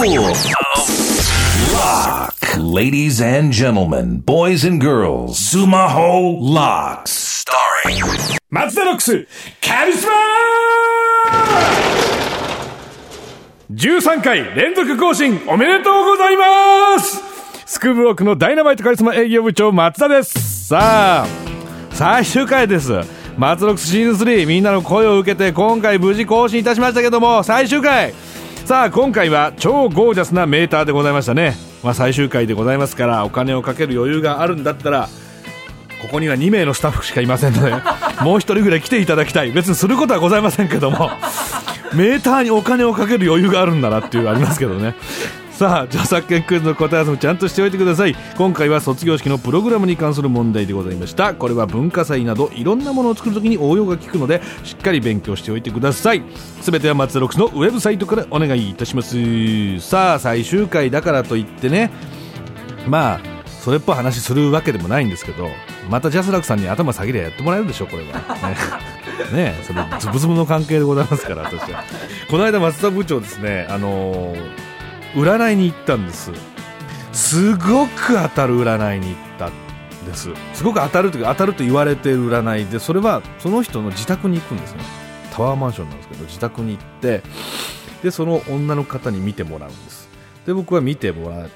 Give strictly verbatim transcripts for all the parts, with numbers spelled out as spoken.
Lock. Ladies and gentlemen, boys and girls, Sumaho Locks. Starring 松田ロックスカリスマじゅうさんかい連続更新おめでとうございます。スクーブロックのダイナマイトカリスマ営業部長松田です。さあ最終回です。松ロックスシーズンスリー、みんなの声を受けて今回無事更新いたしましたけども、最終回。さあ今回は超ゴージャスなメーターでございましたね。まあ最終回でございますから、お金をかける余裕があるんだったらここにはにめいのスタッフしかいませんのでもう一人ぐらい来ていただきたい。別にすることはございませんけどもメーターにお金をかける余裕があるんだなっていうありますけどね。さあ著作権クイズの答え合わせもちゃんとしておいてください。今回は卒業式のプログラムに関する問題でございました。これは文化祭などいろんなものを作るときに応用が効くのでしっかり勉強しておいてください。すべては松田ロックスのウェブサイトからお願いいたします。さあ最終回だからといってね、まあそれっぽい話するわけでもないんですけど、またジャスラックさんに頭下げりゃやってもらえるでしょこれはねねえ、それズブズブの関係でございますから。私はこの間松田部長ですね、あのー、占いに行ったんです。すごく当たる占いに行ったんです。すごく当たるというか当たると言われている占いで、それはその人の自宅に行くんですね。タワーマンションなんですけど自宅に行って、でその女の方に見てもらうんです。で僕は見てもらって、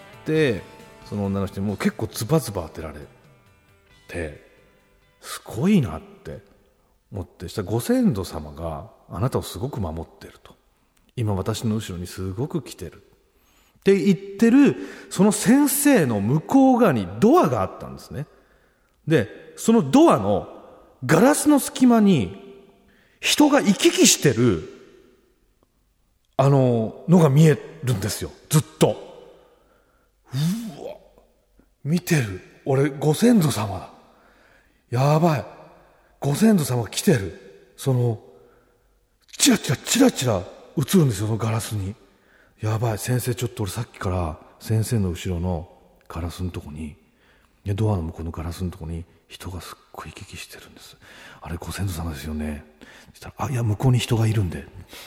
その女の人にもう結構ズバズバ当てられて、すごいなって思って、したらご先祖様があなたをすごく守ってると、今私の後ろにすごく来てるって言ってる、その先生の向こう側にドアがあったんですね。でそのドアのガラスの隙間に人が行き来してるあののが見えるんですよ。ずっとうわ見てる、俺ご先祖様だ、やばい、ご先祖様が来てる。そのチラチラチラチラ映るんですよ、そのガラスに。やばい、先生ちょっと俺さっきから先生の後ろのガラスのとこに、ドアの向こうのガラスのとこに人がすっごい行き来してるんです。あれご先祖様ですよね。そしたら、あいや向こうに人がいるんで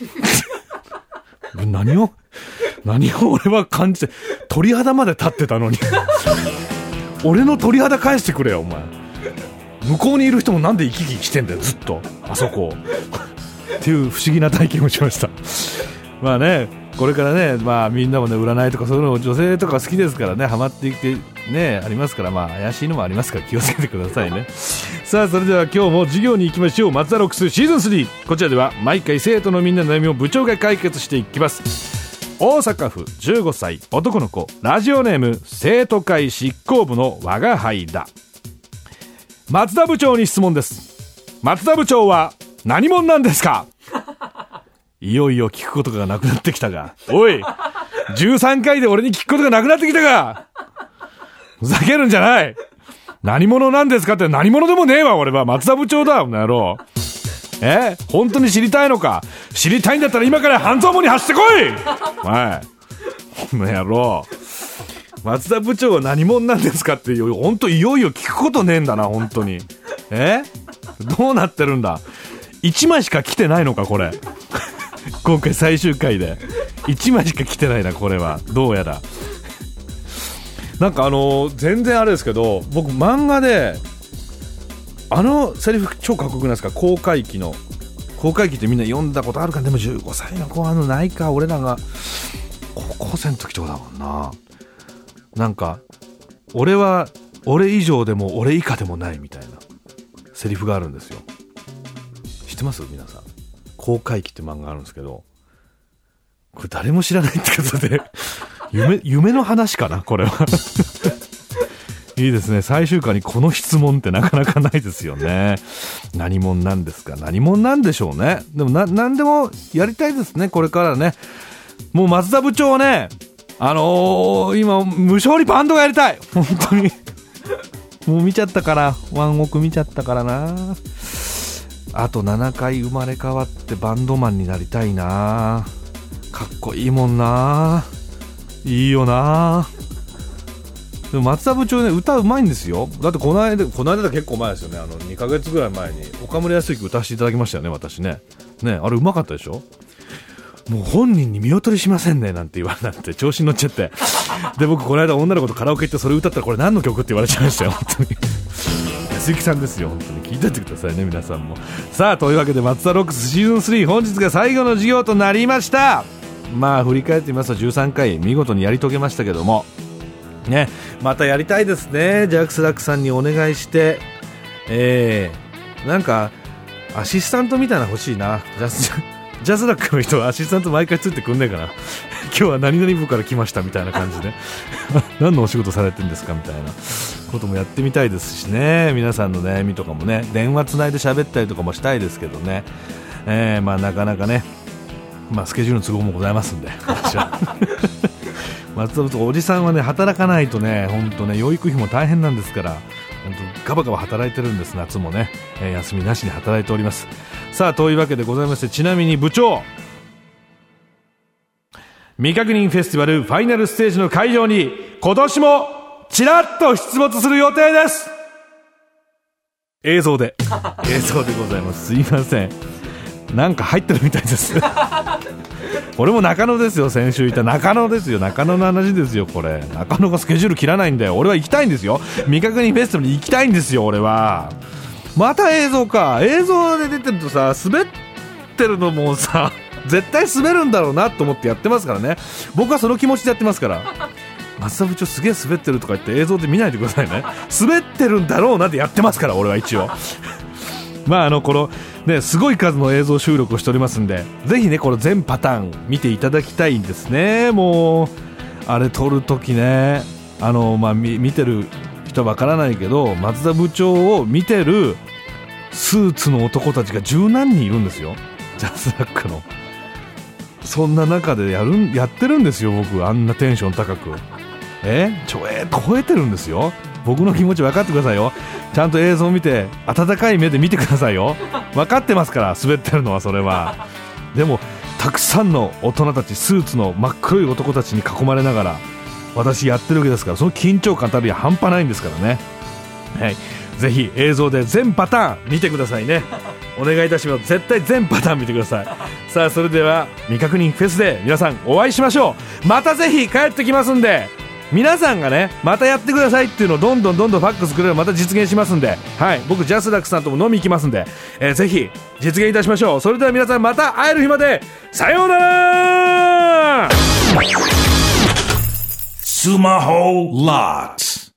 何を何を俺は感じて、鳥肌まで立ってたのに俺の鳥肌返してくれよお前。向こうにいる人もなんで行き来してんだよずっとあそこっていう不思議な体験をしました。まあね、これからね、まあみんなもね占いとかそういうの女性とか好きですからね、ハマっていってねありますから、まあ怪しいのもありますから気をつけてくださいねさあそれでは今日も授業に行きましょう。松田ロックスシーズンスリー、こちらでは毎回生徒のみんなの悩みを部長が解決していきます。大阪府じゅうごさい男の子、ラジオネーム生徒会執行部の我が輩だ。松田部長に質問です。松田部長は何者なんですかいよいよ聞くことがなくなってきたが、おいじゅうさんかいで俺に聞くことがなくなってきたが、ふざけるんじゃない。何者なんですかって、何者でもねえわ俺は松田部長だこの野郎。え本当に知りたいのか。知りたいんだったら今から半蔵門に走ってこいはいこの野郎、松田部長は何者なんですかって、本当いよいよ聞くことねえんだな本当に。えどうなってるんだ。いちまいしか来てないのかこれ今回最終回でいちまいしか来てないなこれは。どうやらなんかあのー、全然あれですけど、僕漫画であのセリフ超かっこよくないですか。航海記の航海記ってみんな読んだことあるか。でもじゅうごさいの子はあのないか。俺らが高校生の時とかだもんな。なんか俺は俺以上でも俺以下でもないみたいなセリフがあるんですよ。知ってます皆さん。航海記って漫画があるんですけど、これ誰も知らないってことで夢, 夢の話かなこれはいいですね。最終回にこの質問ってなかなかないですよね。何者なんですか。何者なんでしょうね。でもな何でもやりたいですねこれからね。もう松田部長はね、あのー、今無償にバンドがやりたい本当にもう見ちゃったからワンオク見ちゃったからな。あとななかい生まれ変わってバンドマンになりたいな。かっこいいもんな。いいよな。でも松田部長ね歌うまいんですよ。だってこの間この間だ結構前ですよね。あのにかげつぐらい前に岡村康之歌わせていただきましたよね私ね。ねあれうまかったでしょ。 もう本人に見劣りしませんねなんて言われて調子に乗っちゃって、で僕この間女の子とカラオケ行ってそれ歌ったらこれ何の曲って言われちゃいましたよ本当に安幸さんですよ、本当に聞いてってくださいね皆さんも。さあというわけで松田ロックスシーズンスリー本日が最後の授業となりました。まあ振り返ってみますとじゅうさんかい見事にやり遂げましたけどもね、またやりたいですね。ジャックスラックさんにお願いして、えー、なんかアシスタントみたいなの欲しいな。ジャスジャズラックの人はアシスタント毎回ついてくんねえかな今日は何々部から来ましたみたいな感じで何のお仕事されてるんですかみたいなこともやってみたいですしね。皆さんの悩みとかもね電話つないで喋ったりとかもしたいですけどね、えー、まあなかなかね、まあ、スケジュールの都合もございますんで私は松田部長おじさんはね働かないとね本当ね養育費も大変なんですから本当ガバガバ働いてるんです。夏もね、えー、休みなしに働いております。さあというわけでございまして、ちなみに部長未確認フェスティバルファイナルステージの会場に今年もちらっと出没する予定です。映像で映像でございます。すいません、なんか入ってるみたいです俺も中野ですよ、先週いた中野ですよ、中野の話ですよ。これ中野がスケジュール切らないんだよ。俺は行きたいんですよ、未確認フェスティバルに行きたいんですよ俺は。また映像か、映像で出てるとさ滑ってるのもさ絶対滑るんだろうなと思ってやってますからね。僕はその気持ちでやってますから。松田部長すげえ滑ってるとか言って映像で見ないでくださいね。滑ってるんだろうなってやってますから俺は一応まああのこのねすごい数の映像収録をしておりますんで、ぜひねこの全パターン見ていただきたいんですね。もうあれ撮るときね、あのまあ見、見てる人はわからないけど松田部長を見てるスーツの男たちが十何人いるんですよ、ジャズラックの。そんな中でやるやってるんですよ僕、あんなテンション高くえちょえー、超えてるんですよ。僕の気持ち分かってくださいよ。ちゃんと映像を見て温かい目で見てくださいよ。分かってますから滑ってるのはそれは。でもたくさんの大人たち、スーツの真っ黒い男たちに囲まれながら私やってるわけですから、その緊張感たるや半端ないんですからね。はい、ぜひ映像で全パターン見てくださいね。お願いいたします。絶対全パターン見てください。さあそれでは未確認フェスで皆さんお会いしましょう。またぜひ帰ってきますんで、皆さんがねまたやってくださいっていうのをどんどんどんどんファックスくれればまた実現しますんで、はい、僕ジャスラックさんとも飲み行きますんで、えー、ぜひ実現いたしましょう。それでは皆さんまた会える日までさようなら。 スマホロックス